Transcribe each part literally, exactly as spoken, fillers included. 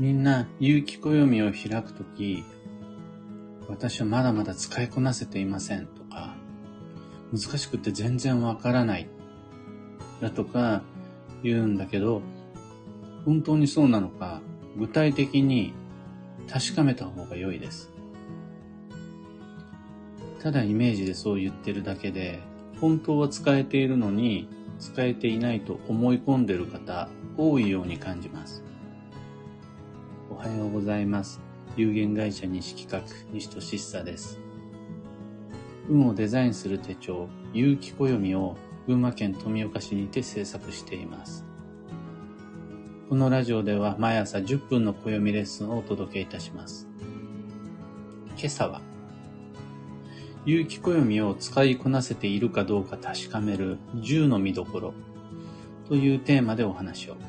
みんな有機暦を開くとき、私はまだまだ使いこなせていませんとか、難しくて全然わからないだとか言うんだけど、本当にそうなのか具体的に確かめた方が良いです。ただイメージでそう言ってるだけで、本当は使えているのに使えていないと思い込んでいる方多いように感じます。おはようございます。有限会社西企画西俊久です。運をデザインする手帳有機暦を群馬県富岡市にて制作しています。このラジオでは毎朝じゅっぷんの暦レッスンをお届けいたします。今朝は有機暦を使いこなせているかどうか確かめるじゅうの見どころというテーマでお話を。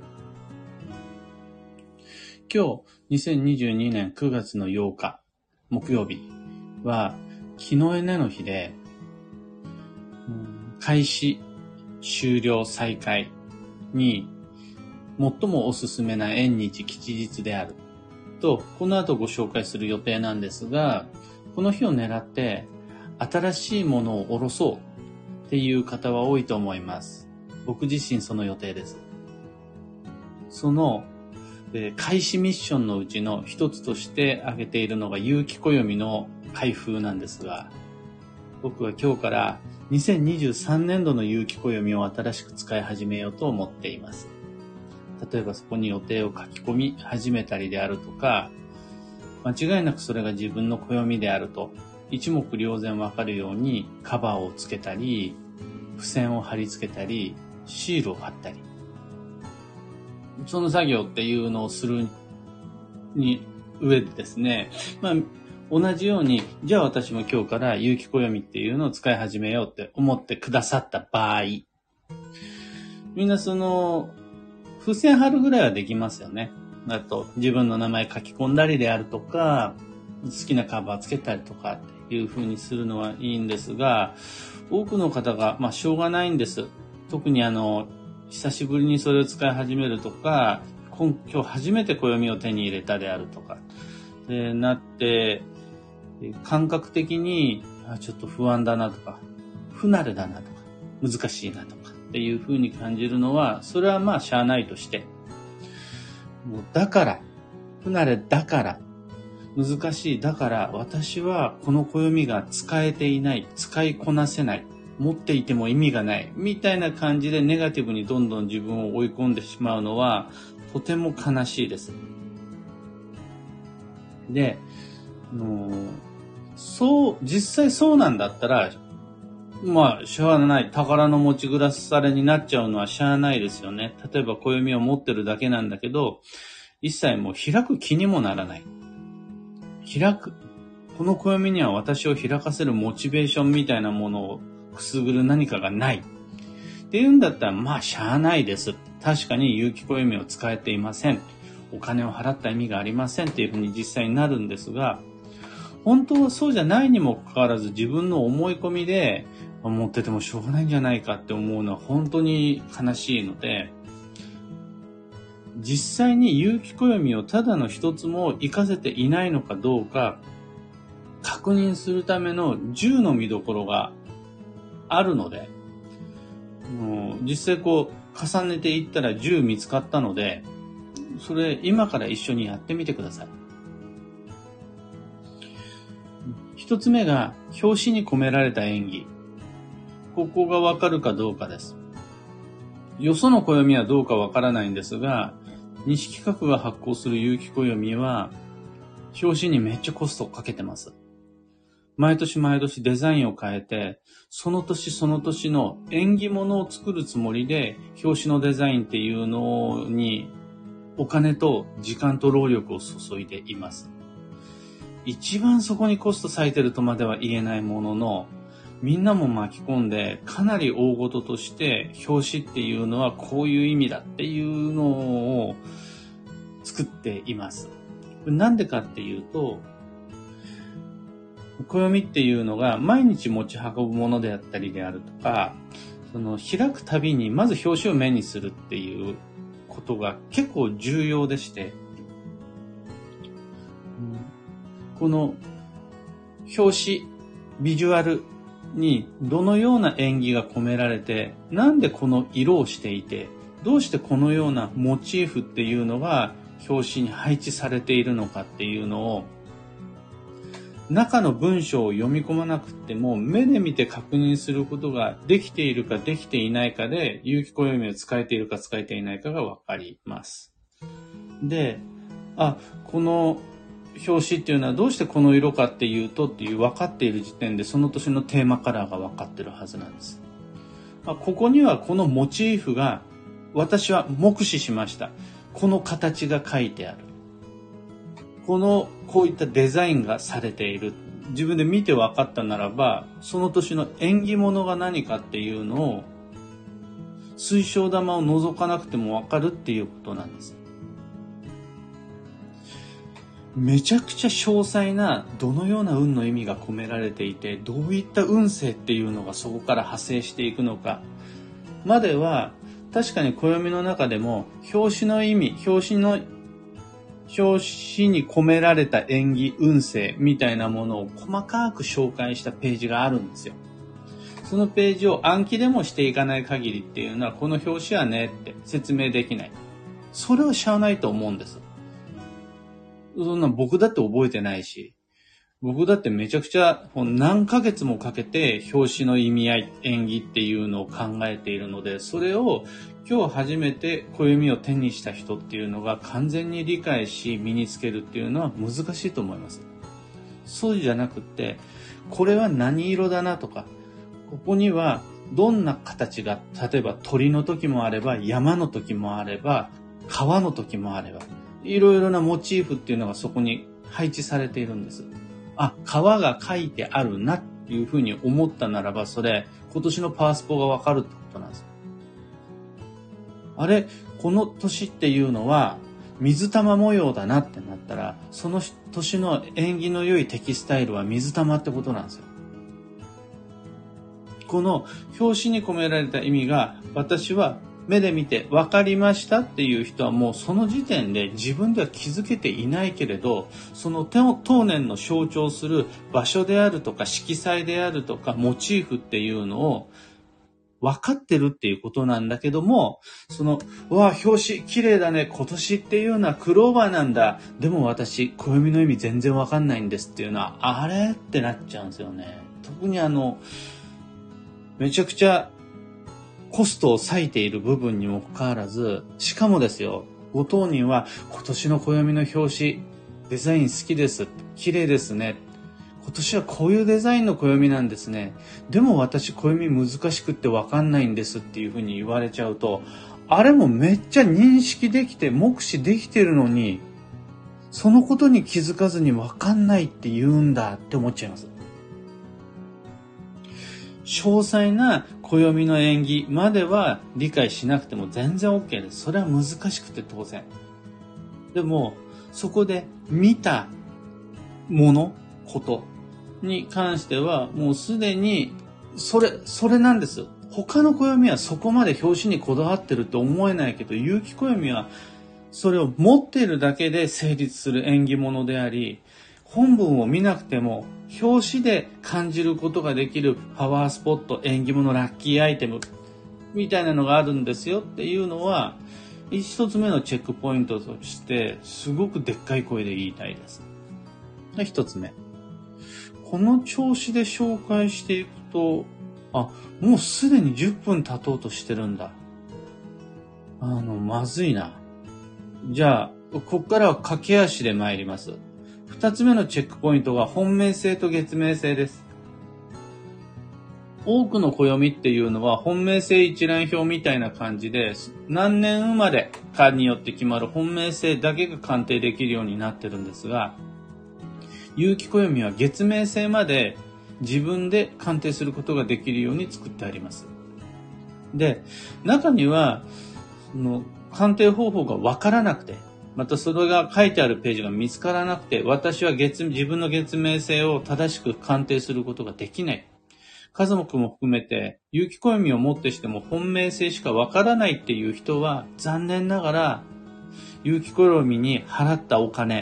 今日にせんにじゅうにねんくがつのようか木曜日は木のエネの日で、開始、終了、再開に最もおすすめな縁日吉日であると、この後ご紹介する予定なんですが、この日を狙って新しいものを下ろそうっていう方は多いと思います。僕自身その予定です。その開始ミッションのうちの一つとして挙げているのが有機暦の開封なんですが、僕は今日からにせんにじゅうさんねんどの有機暦を新しく使い始めようと思っています。例えばそこに予定を書き込み始めたりであるとか、間違いなくそれが自分の暦であると一目瞭然わかるようにカバーをつけたり、付箋を貼り付けたり、シールを貼ったり、その作業っていうのをするに上でですね、まあ同じように、じゃあ私も今日から有機暦っていうのを使い始めようって思ってくださった場合、みんなその付箋貼るぐらいはできますよね。あと自分の名前書き込んだりであるとか、好きなカバーつけたりとかっていう風にするのはいいんですが、多くの方がまあしょうがないんです。特にあの久しぶりにそれを使い始めるとか、今今日初めて暦を手に入れたであるとかでなって、感覚的にあちょっと不安だなとか、不慣れだなとか、難しいなとかっていう風に感じるのは、それはまあしゃあないとして、もうだから、不慣れだから、難しいだから、私はこの暦が使えていない、使いこなせない、持っていても意味がないみたいな感じでネガティブにどんどん自分を追い込んでしまうのはとても悲しいです。で、あのそう実際そうなんだったら、まあしゃあない宝の持ちぐらされになっちゃうのはしゃあないですよね。例えば暦を持ってるだけなんだけど、一切もう開く気にもならない。開くこの暦には私を開かせるモチベーションみたいなものをくすぐる何かがないっていうんだったら、まあしゃあないです。確かに有機暦を使えていません。お金を払った意味がありませんっていうふうに実際になるんですが、本当はそうじゃないにもかかわらず自分の思い込みで持っててもしょうがないんじゃないかって思うのは本当に悲しいので、実際に有機暦をただの一つも活かせていないのかどうか確認するためのじゅうの見どころがあるので、もう実際こう重ねていったらじゅう見つかったので、それ今から一緒にやってみてください。一つ目が表紙に込められた縁起。ここがわかるかどうかです。よその暦はどうかわからないんですが、西企画が発行する有機暦は表紙にめっちゃコストをかけてます。毎年毎年デザインを変えて、その年その年の縁起物を作るつもりで表紙のデザインっていうのにお金と時間と労力を注いでいます。一番そこにコスト割いてるとまでは言えないものの、みんなも巻き込んでかなり大事として表紙っていうのはこういう意味だっていうのを作っています。なんでかっていうと、暦っていうのが毎日持ち運ぶものであったりであるとか、その開くたびにまず表紙を目にするっていうことが結構重要でして、 この表紙、ビジュアルにどのような演技が込められて、なんでこの色をしていて、どうしてこのようなモチーフっていうのが表紙に配置されているのかっていうのを、中の文章を読み込まなくても目で見て確認することができているかできていないかで、有機暦を使えているか使えていないかがわかります。で、あ、この表紙っていうのはどうしてこの色かっていうとっていう分かっている時点で、その年のテーマカラーが分かってるはずなんです。ここにはこのモチーフが私は目視しました。この形が書いてある。このこういったデザインがされている。自分で見て分かったならば、その年の縁起物が何かっていうのを水晶玉を覗かなくても分かるっていうことなんです。めちゃくちゃ詳細などのような運の意味が込められていて、どういった運勢っていうのがそこから派生していくのかまでは、確かに暦の中でも表紙の意味、表紙の表紙に込められた縁起運勢みたいなものを細かく紹介したページがあるんですよ。そのページを暗記でもしていかない限りっていうのは、この表紙はねって説明できない。それはしゃあないと思うんです。そんな僕だって覚えてないし、僕だってめちゃくちゃ何ヶ月もかけて表紙の意味合い、縁起っていうのを考えているので、それを今日初めて暦を手にした人っていうのが完全に理解し身につけるっていうのは難しいと思います。そうじゃなくって、これは何色だなとか、ここにはどんな形が、例えば鳥の時もあれば山の時もあれば川の時もあれば、いろいろなモチーフっていうのがそこに配置されているんです。あ、川が書いてあるなっていうふうに思ったならば、それ今年のパワースポがわかるってことなんです。あれ、この年っていうのは水玉模様だなってなったら、その年の縁起の良いテキスタイルは水玉ってことなんですよ。この表紙に込められた意味が私は目で見て分かりましたっていう人は、もうその時点で自分では気づけていないけれど、その当年の象徴する場所であるとか色彩であるとかモチーフっていうのを分かってるっていうことなんだけども、その、うわ、表紙綺麗だね、今年っていうのはクローバーなんだ、でも私暦の意味全然分かんないんですっていうのは、あれってなっちゃうんですよね。特にあのめちゃくちゃコストを割いている部分にもかかわらず、しかもですよ、ご当人は今年の暦の表紙デザイン好きです、綺麗ですね、今年はこういうデザインの暦なんですね、でも私暦難しくって分かんないんですっていうふうに言われちゃうと、あれもめっちゃ認識できて目視できてるのに、そのことに気づかずに分かんないって言うんだって思っちゃいます。詳細な暦の縁起までは理解しなくても全然 OK です。それは難しくて当然。でもそこで見たもの、ことに関してはもうすでにそれそれなんです。他の暦はそこまで表紙にこだわってると思えないけど、有機暦はそれを持っているだけで成立する縁起物であり、本文を見なくても表紙で感じることができるパワースポット、縁起物、ラッキーアイテムみたいなのがあるんですよっていうのは、一つ目のチェックポイントとしてすごくでっかい声で言いたいです。一つ目、この調子で紹介していくと、あ、もうすでにじゅっぷん経とうとしてるんだ。あの、まずいな。じゃあ、ここからは駆け足で参ります。二つ目のチェックポイントが本命星と月命星です。多くの暦っていうのは本命星一覧表みたいな感じで、何年生まれかによって決まる本命星だけが鑑定できるようになってるんですが、有機暦は月命星まで自分で鑑定することができるように作ってあります。で、中にはその鑑定方法がわからなくて、またそれが書いてあるページが見つからなくて、私は月自分の月命星を正しく鑑定することができない。家族も含めて有機暦をもってしても本命星しかわからないっていう人は、残念ながら有機暦に払ったお金、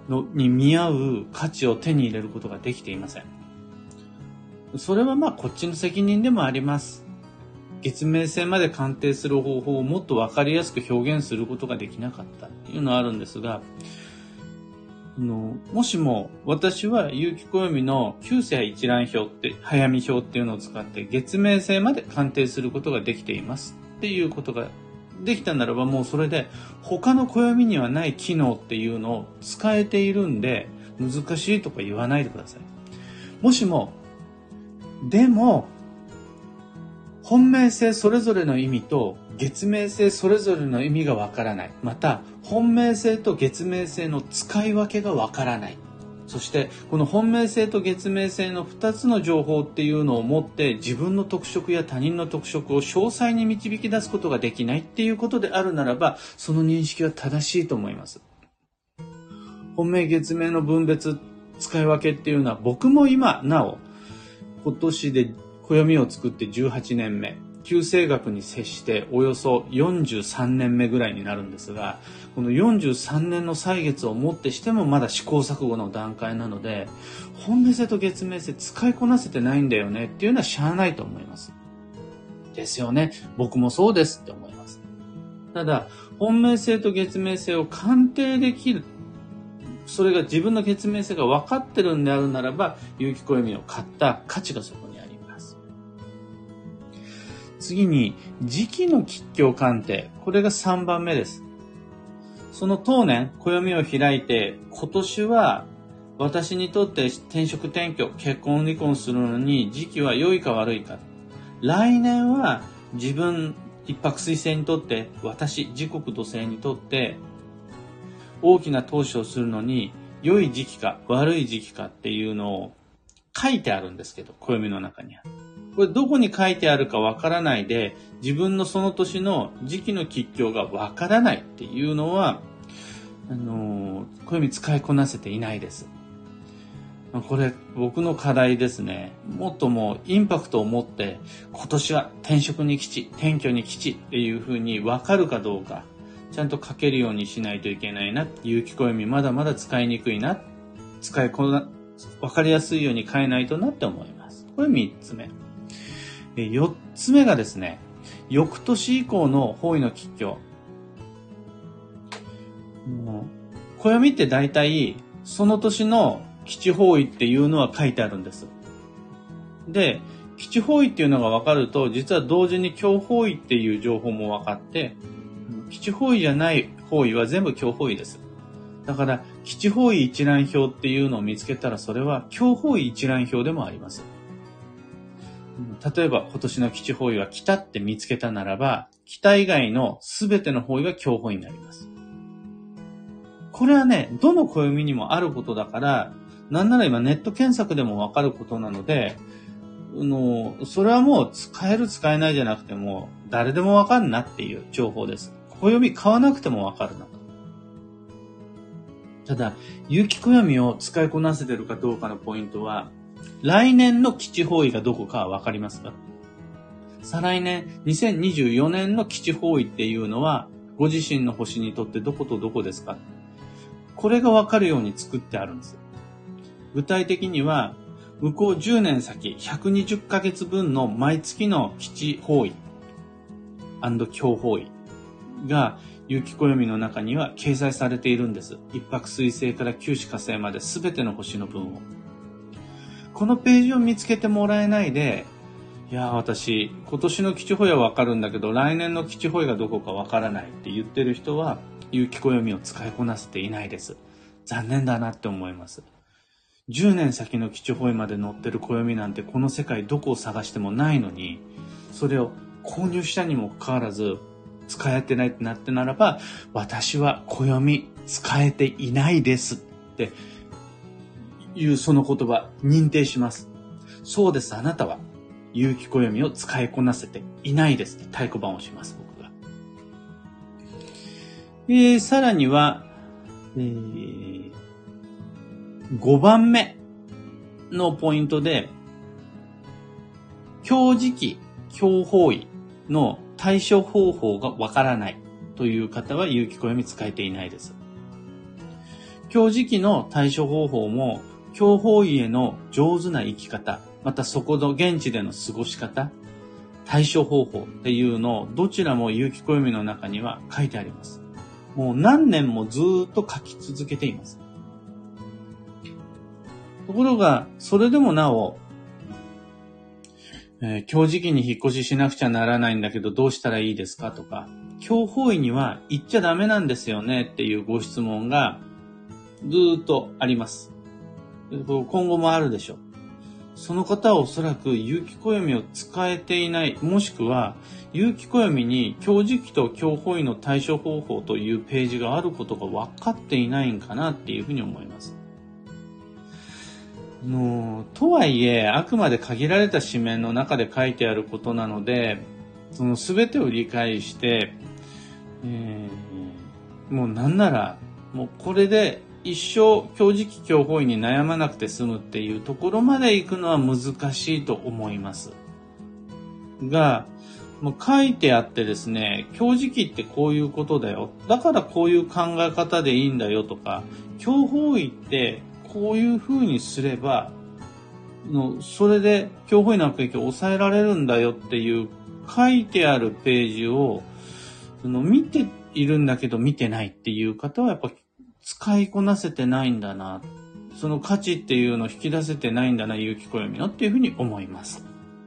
のに見合う価値を手に入れることができていません。それはまあこっちの責任でもあります。月明星まで鑑定する方法をもっとわかりやすく表現することができなかったっていうのはあるんですが、あのもしも私は結城暦の九星一覧表って早見表っていうのを使って月明星まで鑑定することができていますっていうことができたならば、もうそれで他の暦にはない機能っていうのを使えているんで、難しいとか言わないでください。もしもでも本命星それぞれの意味と月明星それぞれの意味がわからない。また本命星と月明星の使い分けがわからない。そしてこの本命星と月明星のふたつの情報っていうのを持って自分の特色や他人の特色を詳細に導き出すことができないっていうことであるならば、その認識は正しいと思います。本命月明の分別使い分けっていうのは、僕も今なお今年で暦を作ってじゅうはちねんめ、九星学に接しておよそよんじゅうさんねんめぐらいになるんですが、このよんじゅうさんねんの歳月をもってしてもまだ試行錯誤の段階なので、本命星と月明星使いこなせてないんだよねっていうのはしゃあないと思います。ですよね。僕もそうですって思います。ただ、本命星と月明星を鑑定できる、それが自分の月明星が分かってるんであるならば、結城暦を買った価値がそこにあります。次に、時期の吉凶鑑定。これがさんばんめです。その当年、暦を開いて、今年は私にとって転職転居、結婚離婚するのに時期は良いか悪いか。来年は自分、一泊水星にとって、私、時刻土星にとって、大きな投資をするのに良い時期か悪い時期かっていうのを書いてあるんですけど、暦の中には。これどこに書いてあるかわからないで、自分のその年の時期の吉凶がわからないっていうのは、あのー、暦使いこなせていないです。これ僕の課題ですね。もっともうインパクトを持って、今年は転職に吉、転居に吉っていう風にわかるかどうか、ちゃんと書けるようにしないといけないな。結城暦まだまだ使いにくいな。使いこな、わかりやすいように変えないとなって思います。これみっつめ。よっつめがですね、翌年以降の方位の吉凶。暦って大体その年の吉方位っていうのは書いてあるんです。で、吉方位っていうのが分かると、実は同時に凶方位っていう情報も分かって、吉方位じゃない方位は全部凶方位です。だから、吉方位一覧表っていうのを見つけたら、それは凶方位一覧表でもあります。例えば、今年の吉方位は北って見つけたならば、北以外の全ての方位が凶方位になります。これはね、どの暦にもあることだから、なんなら今ネット検索でもわかることなので、あの、それはもう使える使えないじゃなくても、誰でもわかるなっていう情報です。暦買わなくてもわかるなと。ただ、結城暦を使いこなせてるかどうかのポイントは、来年の吉方位がどこかはわかりますか？再来年、にせんにじゅうよねんの吉方位っていうのは、ご自身の星にとってどことどこですか？これがわかるように作ってあるんです。具体的には、向こうじゅうねん先、ひゃくにじゅっかげつぶんの毎月の吉方位&凶方位が結城暦の中には掲載されているんです。一泊水星から九死火星まで全ての星の分を。このページを見つけてもらえないで、いや私今年の吉方位はわかるんだけど来年の吉方位がどこかわからないって言ってる人は結城暦を使いこなせていないです。残念だなって思います。じゅうねん先の吉方位まで載ってる暦なんてこの世界どこを探してもないのに、それを購入したにもかかわらず使えてないってなってならば、私は暦使えていないですっていうその言葉認定します。そうです、あなたは結城暦を使いこなせていないですって太鼓判をします、僕が。えー、さらには、えー、ごばんめのポイントで、凶時期、凶方位の対処方法がわからないという方は結城暦使えていないです。 強磁気の対処方法も、強方位への上手な生き方、またそこの現地での過ごし方、対処方法っていうのを、どちらも有機暦の中には書いてあります。もう何年もずーっと書き続けています。ところが、それでもなお、えー、強磁気に引っ越ししなくちゃならないんだけどどうしたらいいですかとか、強方位には行っちゃダメなんですよねっていうご質問がずーっとあります。今後もあるでしょう。その方はおそらく有機暦を使えていない、もしくは有機暦に強磁気と強方位の対処方法というページがあることが分かっていないんかなっていうふうに思います。のとはいえ、あくまで限られた紙面の中で書いてあることなので、その全てを理解して、えー、もうなんなら、もうこれで一生強磁気強方位に悩まなくて済むっていうところまで行くのは難しいと思います。が、もう書いてあってですね、強磁気ってこういうことだよ。だからこういう考え方でいいんだよとか、強方位ってこういう風にすれば、のそれで強方位の悪影響を抑えられるんだよっていう書いてあるページをその見ているんだけど見てないっていう方はやっぱ使いこなせてないんだな。その価値っていうのを引き出せてないんだな、有機暦のっていうふうに思います。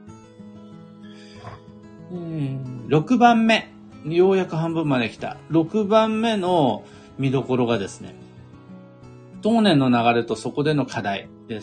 ろくばんめ。ようやく半分まで来た。ろくばんめの見どころがですね、当年の流れとそこでの課題です。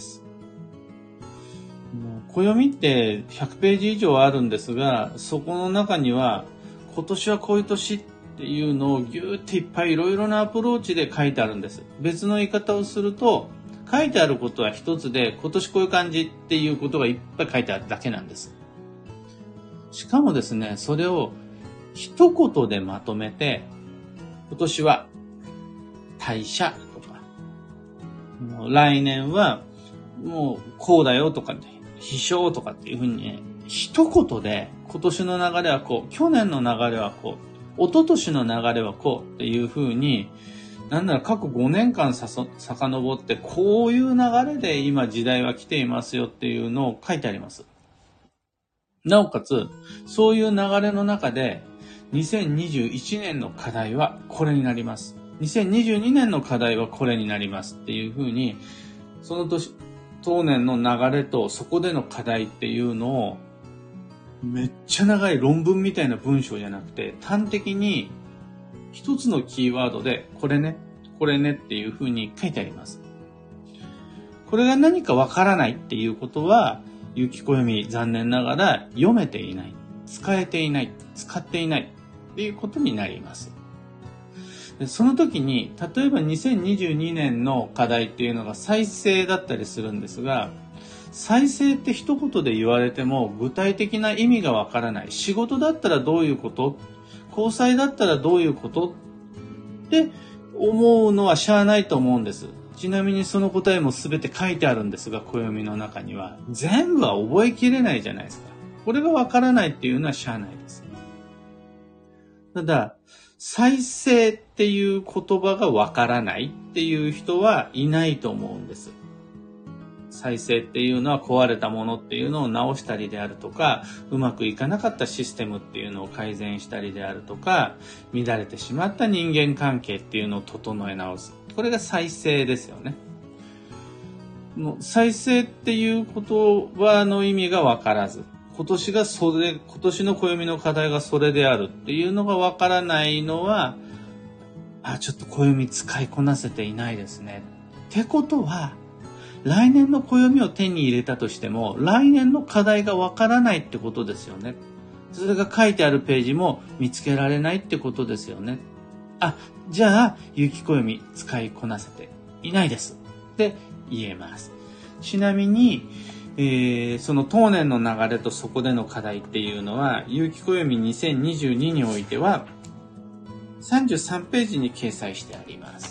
暦ってひゃくページ以上あるんですが、そこの中には今年はこういう年っていうのをギューっていっぱいいろいろなアプローチで書いてあるんです。別の言い方をすると、書いてあることは一つで、今年こういう感じっていうことがいっぱい書いてあるだけなんです。しかもですね、それを一言でまとめて、今年は退社とか、もう来年はもうこうだよとか、飛翔とかっていうふうにね、一言で今年の流れはこう、去年の流れはこう、一昨年の流れはこうっていうふうに、なんなら過去ごねんかんさそ遡ってこういう流れで今時代は来ていますよっていうのを書いてあります。なおかつ、そういう流れの中でにせんにじゅういちねんの課題はこれになります。にせんにじゅうにねんの課題はこれになりますっていうふうに、その年、当年の流れとそこでの課題っていうのをめっちゃ長い論文みたいな文章じゃなくて、端的に一つのキーワードでこれね、これねっていうふうに書いてあります。これが何かわからないっていうことは、有機暦残念ながら読めていない、使えていない、使っていないっていうことになります。でその時に、例えばにせんにじゅうにねんの課題っていうのが再生だったりするんですが、再生って一言で言われても具体的な意味がわからない。仕事だったらどういうこと？交際だったらどういうことって思うのはしゃあないと思うんです。ちなみにその答えも全て書いてあるんですが、暦の中には全部は覚えきれないじゃないですか。これがわからないっていうのはしゃあないです。ただ、再生っていう言葉がわからないっていう人はいないと思うんです。再生っていうのは壊れたものっていうのを直したりであるとか、うまくいかなかったシステムっていうのを改善したりであるとか、乱れてしまった人間関係っていうのを整え直す。これが再生ですよね。もう再生っていう言葉の意味がわからず、今年がそれ、今年の暦の課題がそれであるっていうのがわからないのは、あ、ちょっと暦使いこなせていないですね。ってことは、来年の暦を手に入れたとしても、来年の課題がわからないってことですよね。それが書いてあるページも見つけられないってことですよね。あ、じゃあ、有機暦使いこなせていないですって言えます。ちなみに、えー、その当年の流れとそこでの課題っていうのは、有機暦にせんにじゅうににおいては、さんじゅうさんページに掲載してあります。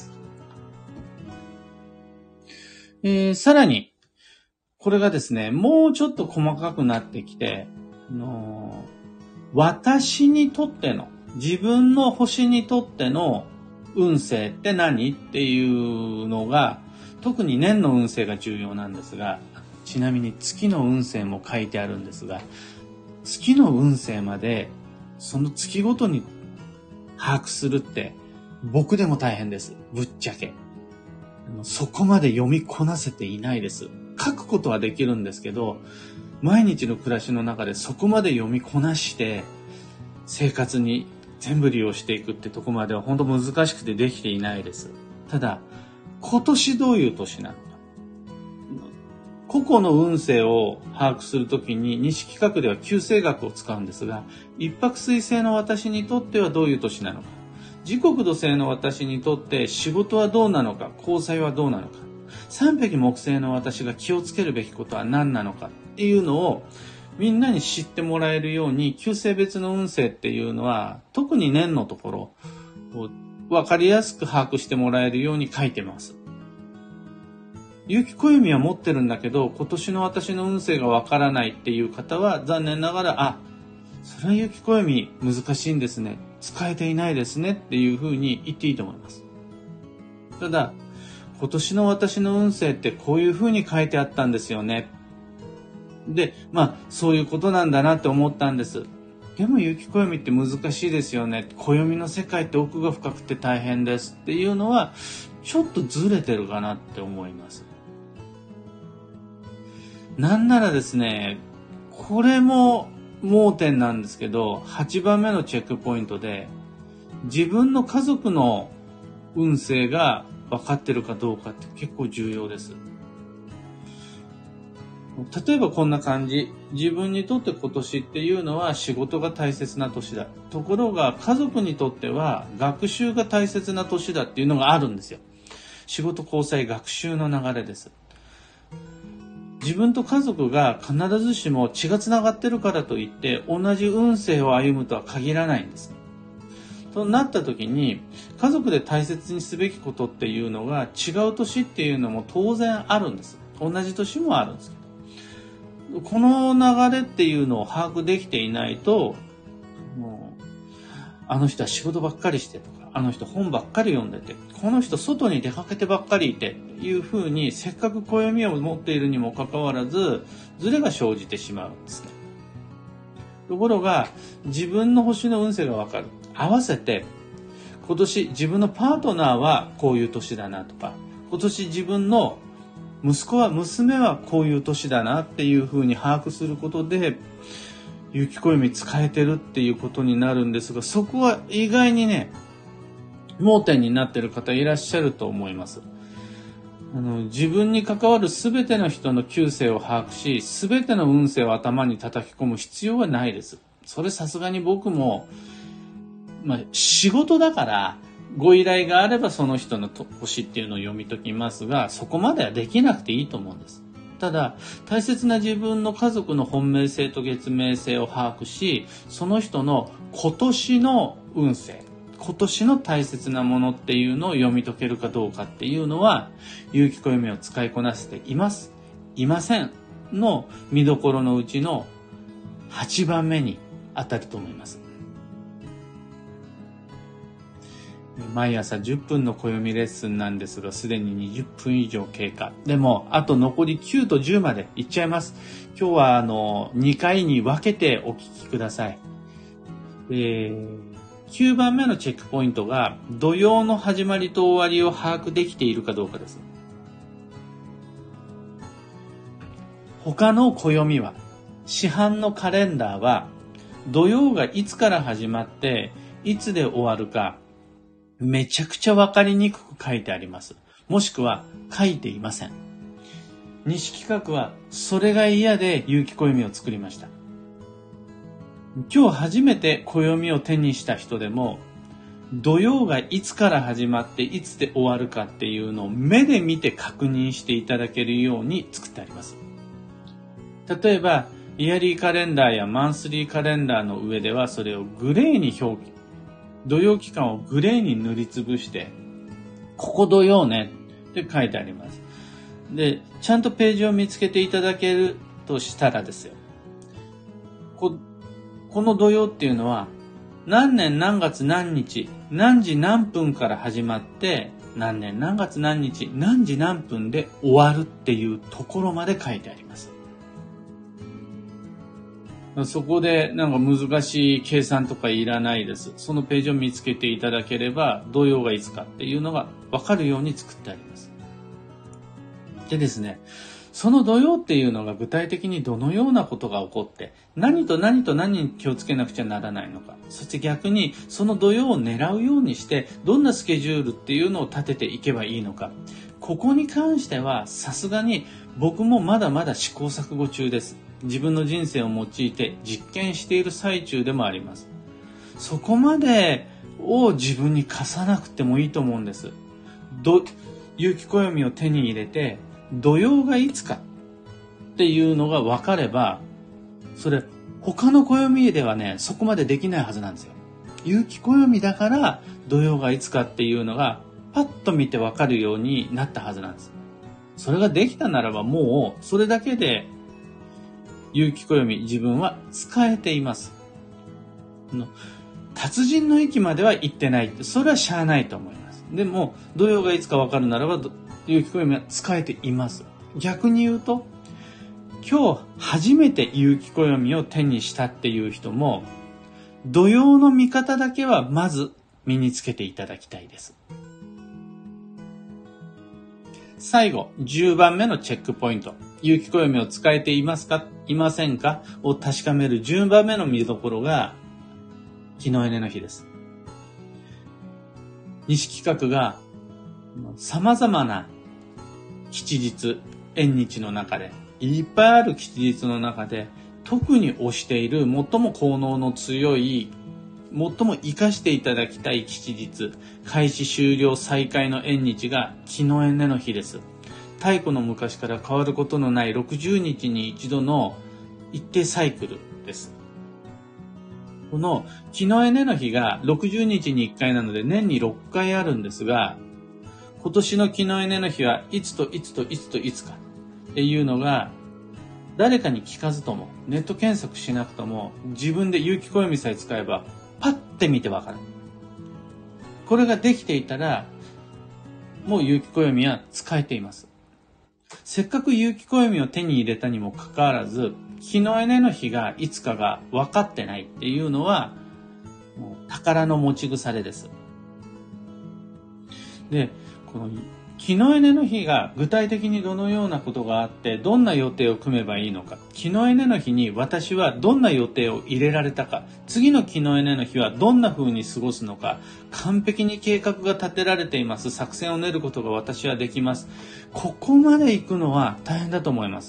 えー、さらに、これがですね、もうちょっと細かくなってきて、あのー、私にとっての、自分の星にとっての運勢って何っていうのが、特に年の運勢が重要なんですが、ちなみに月の運勢も書いてあるんですが、月の運勢までその月ごとに把握するって僕でも大変です。ぶっちゃけ。そこまで読みこなせていないです。書くことはできるんですけど、毎日の暮らしの中でそこまで読みこなして生活に全部利用していくってとこまでは本当難しくてできていないです。ただ、今年どういう年なのか。個々の運勢を把握するときに西企画では九星学を使うんですが、一泊水星の私にとってはどういう年なのか。時刻土星の私にとって仕事はどうなのか、交際はどうなのか。三匹木星の私が気をつけるべきことは何なのかっていうのをみんなに知ってもらえるように、九星別の運勢っていうのは特に年のところを分かりやすく把握してもらえるように書いてます。有機暦は持ってるんだけど、今年の私の運勢が分からないっていう方は残念ながら、あ、それは有機暦難しいんですね。使えていないですねっていうふうに言っていいと思います。ただ、今年の私の運勢ってこういうふうに書いてあったんですよね。で、まあ、そういうことなんだなって思ったんです。でも有機暦って難しいですよね。暦の世界って奥が深くて大変ですっていうのは、ちょっとずれてるかなって思います。なんならですね、これも盲点なんですけど、はちばんめのチェックポイントで、自分の家族の運勢が分かってるかどうかって結構重要です。例えばこんな感じ。自分にとって今年っていうのは仕事が大切な年だ。ところが家族にとっては学習が大切な年だっていうのがあるんですよ。仕事、交際、学習の流れです。自分と家族が必ずしも血がつながってるからといって同じ運勢を歩むとは限らないんです。となった時に家族で大切にすべきことっていうのが違う年っていうのも当然あるんです。同じ年もあるんですけど、この流れっていうのを把握できていないと、もうあの人は仕事ばっかりしてとか、あの人本ばっかり読んでて、この人外に出かけてばっかりいてっていうふうにせっかく暦を持っているにもかかわらずズレが生じてしまうんですね。ところが自分の星の運勢がわかる。合わせて今年自分のパートナーはこういう年だなとか、今年自分の息子は娘はこういう年だなっていうふうに把握することで有機暦使えてるっていうことになるんですが、そこは意外にね盲点になっている方いらっしゃると思います。あの自分に関わる全ての人の九星を把握し、全ての運勢を頭に叩き込む必要はないです。それさすがに僕も、まあ、仕事だからご依頼があればその人の星っていうのを読み解きますが、そこまではできなくていいと思うんです。ただ大切な自分の家族の本命星と月命星を把握し、その人の今年の運勢、今年の大切なものっていうのを読み解けるかどうかっていうのは、有機暦を使いこなせています、いませんの見どころのうちのはちばんめに当たると思います。毎朝じゅっぷんの暦レッスンなんですが、すでににじゅっぷん以上経過。でもあと残りきゅうとじゅうまでいっちゃいます。今日はあのにかいに分けてお聞きください。えーきゅうばんめのチェックポイントが土曜の始まりと終わりを把握できているかどうかです。他の暦は、市販のカレンダーは土曜がいつから始まっていつで終わるかめちゃくちゃ分かりにくく書いてあります。もしくは書いていません。西企画はそれが嫌で有機暦を作りました。今日初めて暦を手にした人でも、土曜がいつから始まっていつで終わるかっていうのを目で見て確認していただけるように作ってあります。例えばイヤリーカレンダーやマンスリーカレンダーの上ではそれをグレーに表記、土曜期間をグレーに塗りつぶして、ここ土曜ねって書いてあります。で、ちゃんとページを見つけていただけるとしたらですよ、ここの土曜っていうのは何年何月何日、何時何分から始まって、何年何月何日、何時何分で終わるっていうところまで書いてあります。そこでなんか難しい計算とかいらないです。そのページを見つけていただければ、土曜がいつかっていうのがわかるように作ってあります。でですね、その土曜っていうのが具体的にどのようなことが起こって、何と何と何に気をつけなくちゃならないのか、そして逆にその土曜を狙うようにして、どんなスケジュールっていうのを立てていけばいいのか、ここに関してはさすがに僕もまだまだ試行錯誤中です。自分の人生を用いて実験している最中でもあります。そこまでを自分に課さなくてもいいと思うんです。ど、有機暦を手に入れて、土曜がいつかっていうのが分かれば、それ他の暦ではね、そこまでできないはずなんですよ。有機暦だから土曜がいつかっていうのがパッと見て分かるようになったはずなんです。それができたならばもうそれだけで有機暦自分は使えています。達人の域までは行ってないって、それはしゃあないと思います。でも土曜がいつか分かるならば有機暦は使えています。逆に言うと、今日初めて有機暦を手にしたっていう人も、土曜の見方だけはまず身につけていただきたいです。最後、じゅうばんめのチェックポイント。有機暦を使えていますか、いませんかを確かめるじゅうばんめの見どころが、木のエネの日です。西企画が様々な吉日、縁日の中で、いっぱいある吉日の中で、特に推している最も効能の強い、最も活かしていただきたい吉日、開始終了再開の縁日が木のエネの日です。太古の昔から変わることのないろくじゅうにちに一度の一定サイクルです。この木のエネの日がろくじゅうにちにいっかいなので年にろっかいあるんですが、今年の木のエネの日はいつといつといつといつかっていうのが、誰かに聞かずとも、ネット検索しなくとも、自分で有機暦さえ使えばパッて見てわかる。これができていたら、もう有機暦は使えています。せっかく有機暦を手に入れたにもかかわらず、木のエネの日がいつかが分かってないっていうのは、もう宝の持ち腐れです。で、この木のエネの日が具体的にどのようなことがあって、どんな予定を組めばいいのか、木のエネの日に私はどんな予定を入れられたか、次の木のエネの日はどんな風に過ごすのか、完璧に計画が立てられています。作戦を練ることが私はできます。ここまで行くのは大変だと思います。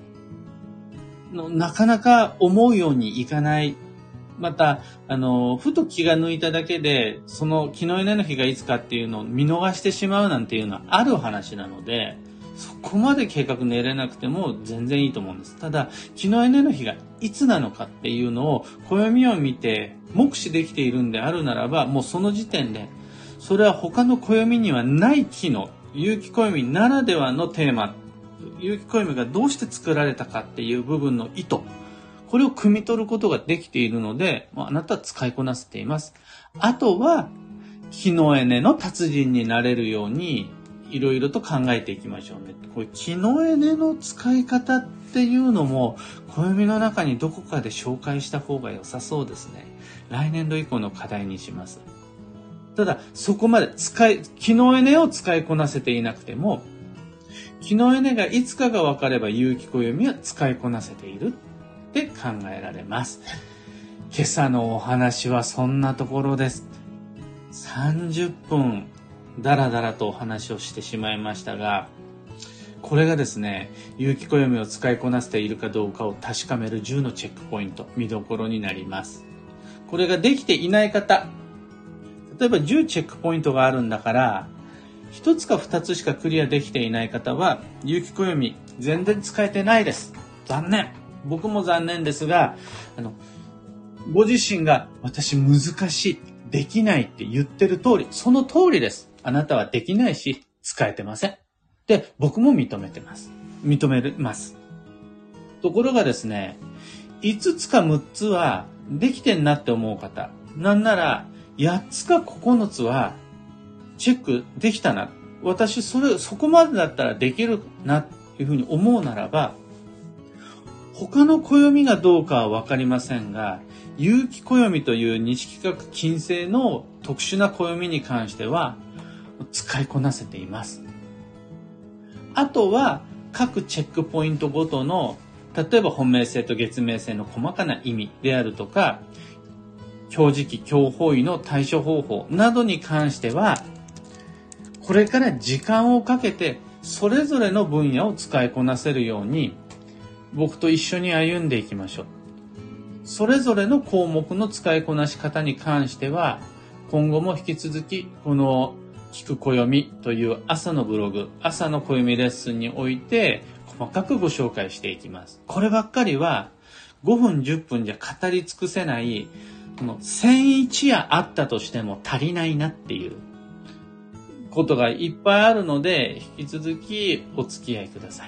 なかなか思うようにいかない。また、あの、ふと気が抜いただけで、その木のエネの日がいつかっていうのを見逃してしまうなんていうのはある話なので、そこまで計画練れなくても全然いいと思うんです。ただ、木のエネの日がいつなのかっていうのを、暦を見て目視できているんであるならば、もうその時点で、それは他の暦にはない機能、有機暦ならではのテーマ、有機暦がどうして作られたかっていう部分の意図、これを汲み取ることができているので、あなたは使いこなせています。あとは、木のエネの達人になれるように、いろいろと考えていきましょうね。これ木のエネの使い方っていうのも、暦の中にどこかで紹介した方が良さそうですね。来年度以降の課題にします。ただ、そこまで使い、木のエネを使いこなせていなくても、木のエネがいつかが分かれば有機暦は使いこなせているって考えられます。今朝のお話はそんなところです。さんじゅっぷんだらだらとお話をしてしまいましたが、これがですね、有機暦を使いこなせているかどうかを確かめるじゅうのチェックポイント、見どころになります。これができていない方、例えばじゅうチェックポイントがあるんだから、ひとつかふたつしかクリアできていない方は、有機暦全然使えてないです。残念。僕も残念ですが、あの、ご自身が私難しい、できないって言ってる通り、その通りです。あなたはできないし、使えてません。で、僕も認めてます。認めます。ところがですね、いつつかむっつはできてんなって思う方、 なんならやっつかここのつはチェックできたな。私それ、そこまでだったらできるなっていうふうに思うならば、他の暦がどうかはわかりませんが、有機暦という日企画金星の特殊な暦に関しては使いこなせています。あとは各チェックポイントごとの、例えば本命星と月命星の細かな意味であるとか、強磁気、強方位の対処方法などに関しては、これから時間をかけてそれぞれの分野を使いこなせるように、僕と一緒に歩んでいきましょう。それぞれの項目の使いこなし方に関しては、今後も引き続き、この聞く暦という朝のブログ、朝の暦レッスンにおいて、細かくご紹介していきます。こればっかりは、ごふんじゅっぷんじゃ語り尽くせない、この千一夜あったとしても足りないなっていうことがいっぱいあるので、引き続きお付き合いください。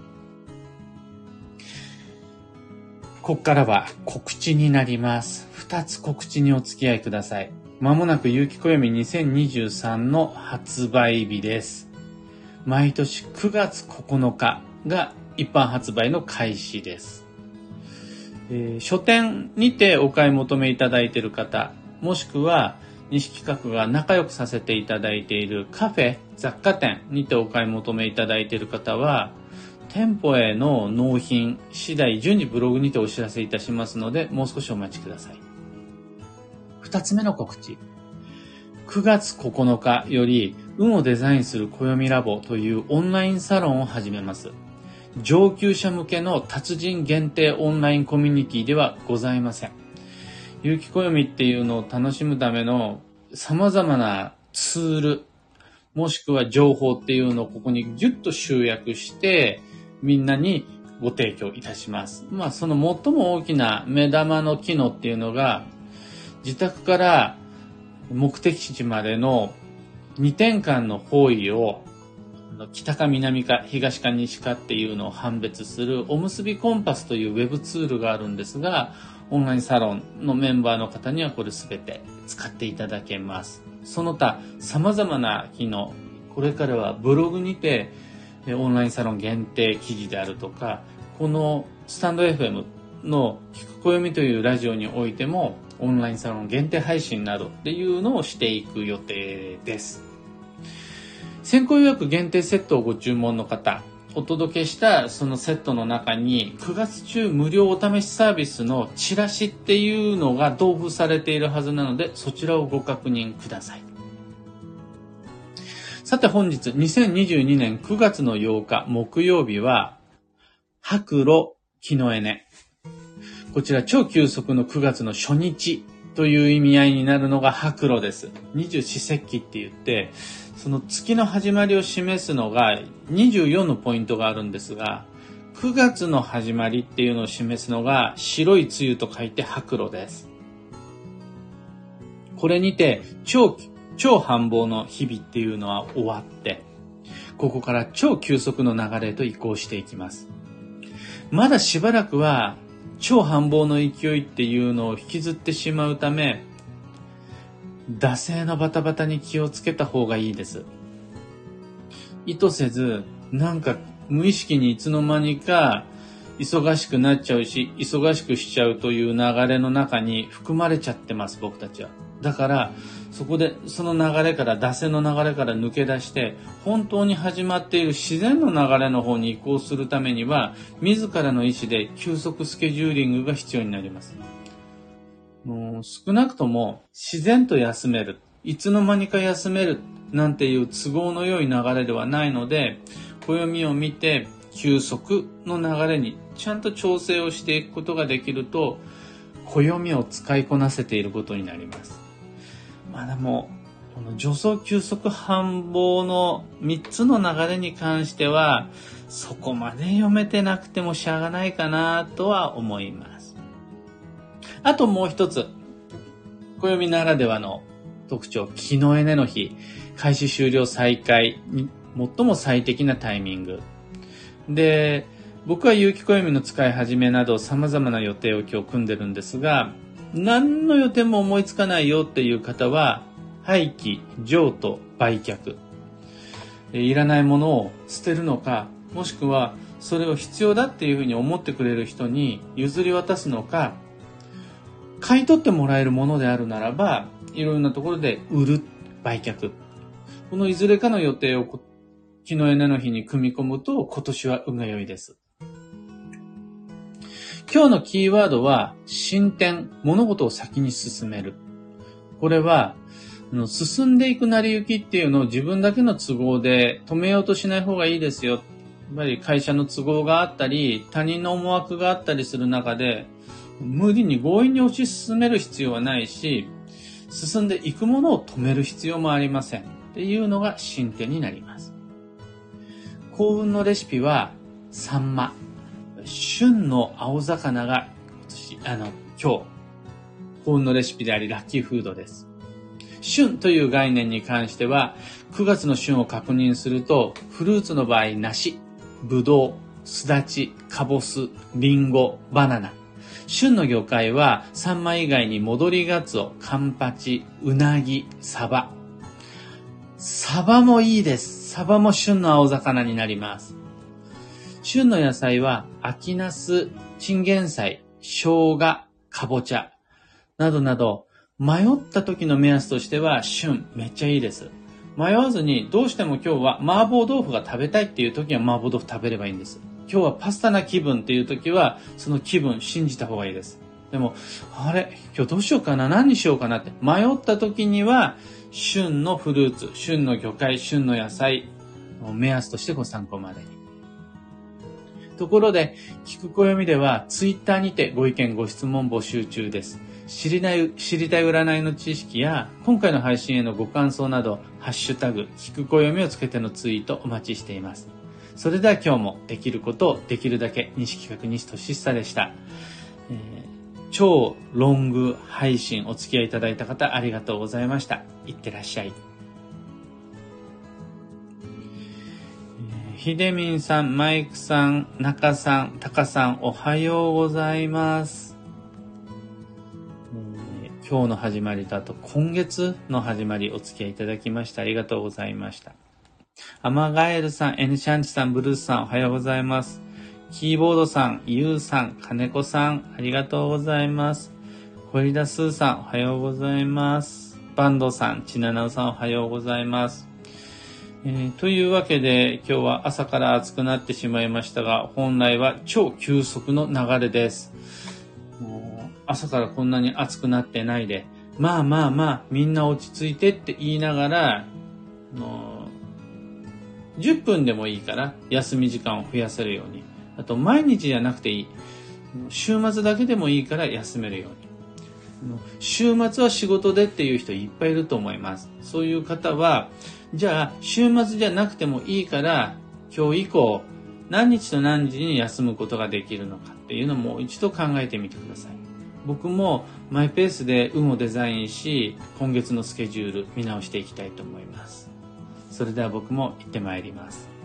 ここからは告知になります。二つ告知にお付き合いください。まもなく有機暦にせんにじゅうさんの発売日です。毎年くがつここのかが一般発売の開始です。えー、書店にてお買い求めいただいている方、もしくは西企画が仲良くさせていただいているカフェ、雑貨店にてお買い求めいただいている方は、店舗への納品次第順次ブログにてお知らせいたしますので、もう少しお待ちください。二つ目の告知。くがつここのかより運をデザインする暦ラボというオンラインサロンを始めます。上級者向けの達人限定オンラインコミュニティではございません。有機暦っていうのを楽しむための様々なツール、もしくは情報っていうのをここにギュッと集約してみんなにご提供いたします。まあその最も大きな目玉の機能っていうのが、自宅から目的地までのにてんかんの方位を北か南か東か西かっていうのを判別するおむすびコンパスというウェブツールがあるんですが、オンラインサロンのメンバーの方にはこれすべて使っていただけます。その他様々な機能、これからはブログにてオンラインサロン限定記事であるとか、このスタンド エフエム の聞く暦というラジオにおいてもオンラインサロン限定配信などっていうのをしていく予定です。先行予約限定セットをご注文の方、お届けしたそのセットの中にくがつ中無料お試しサービスのチラシっていうのが同封されているはずなので、そちらをご確認ください。さて本日にせんにじゅうにねんくがつのようか木曜日は白露木のエネ。こちら超急速のくがつの初日という意味合いになるのが白露です。二十四節気って言って、その月の始まりを示すのがにじゅうよんのポイントがあるんですが、くがつの始まりっていうのを示すのが白い梅雨と書いて白露です。これにて超超繁忙の日々っていうのは終わって、ここから超急速の流れへと移行していきます。まだしばらくは超繁忙の勢いっていうのを引きずってしまうため、惰性のバタバタに気をつけた方がいいです。意図せず、なんか無意識にいつの間にか忙しくなっちゃうし、忙しくしちゃうという流れの中に含まれちゃってます、僕たちは。だから、そこでその流れから、惰性の流れから抜け出して、本当に始まっている自然の流れの方に移行するためには、自らの意思で休息スケジューリングが必要になります。もう少なくとも自然と休める、いつの間にか休めるなんていう都合の良い流れではないので、暦を見て休息の流れにちゃんと調整をしていくことができると、暦を使いこなせていることになります。まだもうこの助走休息繁忙のみっつの流れに関しては、そこまで読めてなくてもしゃがないかなとは思います。あともう一つ、暦ならではの特徴、木のエネの日、開始終了再開に最も最適なタイミングで、僕は有機暦の使い始めなど様々な予定を今日組んでるんですが、 何の予定も思いつかないよっていう方は、廃棄、譲渡、売却。いらないものを捨てるのか、もしくはそれを必要だっていうふうに思ってくれる人に譲り渡すのか、買い取ってもらえるものであるならば、いろんなところで売る、売却。このいずれかの予定を木のエネの日に組み込むと今年は運が良いです。今日のキーワードは進展、物事を先に進める。これは進んでいく成り行きっていうのを自分だけの都合で止めようとしない方がいいですよ。やっぱり会社の都合があったり、他人の思惑があったりする中で、無理に強引に推し進める必要はないし、進んでいくものを止める必要もありません。っていうのが進展になります。幸運のレシピはサンマ。旬の青魚が今年、あの、今日、幸運のレシピでありラッキーフードです。旬という概念に関しては、くがつの旬を確認すると、フルーツの場合、梨、ぶどう、すだち、かぼす、りんご、バナナ。旬の魚介は、サンマ以外に戻りガツオ、カンパチ、うなぎ、サバ。サバもいいです。サバも旬の青魚になります。旬の野菜は、秋ナス、チンゲン菜、生姜、かぼちゃ、などなど、迷った時の目安としては、旬、めっちゃいいです。迷わずに、どうしても今日は麻婆豆腐が食べたいっていう時は麻婆豆腐食べればいいんです。今日はパスタな気分っていう時は、その気分信じた方がいいです。でも、あれ、今日どうしようかな、何にしようかなって迷った時には、旬のフルーツ、旬の魚介、旬の野菜を目安としてご参考までに。ところで、聞く暦では、ツイッターにてご意見ご質問募集中です。知りない、知りたい占いの知識や、今回の配信へのご感想など、ハッシュタグ、聞く暦をつけてのツイートお待ちしています。それでは今日もできることをできるだけ、西企画西俊久でした。えー、超ロング配信お付き合いいただいた方ありがとうございました。いってらっしゃい。ひでみんさん、マイクさん、中さん、タカさん、おはようございます。えー、今日の始まりとあと今月の始まりお付き合いいただきましてありがとうございました。アマガエルさん、エヌシャンチさん、ブルースさん、おはようございます。キーボードさん、ユウさん、金子さん、ありがとうございます。コリダスーさん、おはようございます。バンドさん、チナナウさん、おはようございます。えー、というわけで今日は朝から暑くなってしまいましたが、本来は超急速の流れです。もう朝からこんなに暑くなってないで、まあまあまあみんな落ち着いてって言いながら、あのー、じゅっぷんでもいいから休み時間を増やせるように、あと毎日じゃなくていい、週末だけでもいいから休めるように。週末は仕事でっていう人いっぱいいると思います。そういう方はじゃあ週末じゃなくてもいいから今日以降何日と何時に休むことができるのかっていうのも一度考えてみてください。僕もマイペースで運をデザインし、今月のスケジュール見直していきたいと思います。それでは僕も行ってまいります。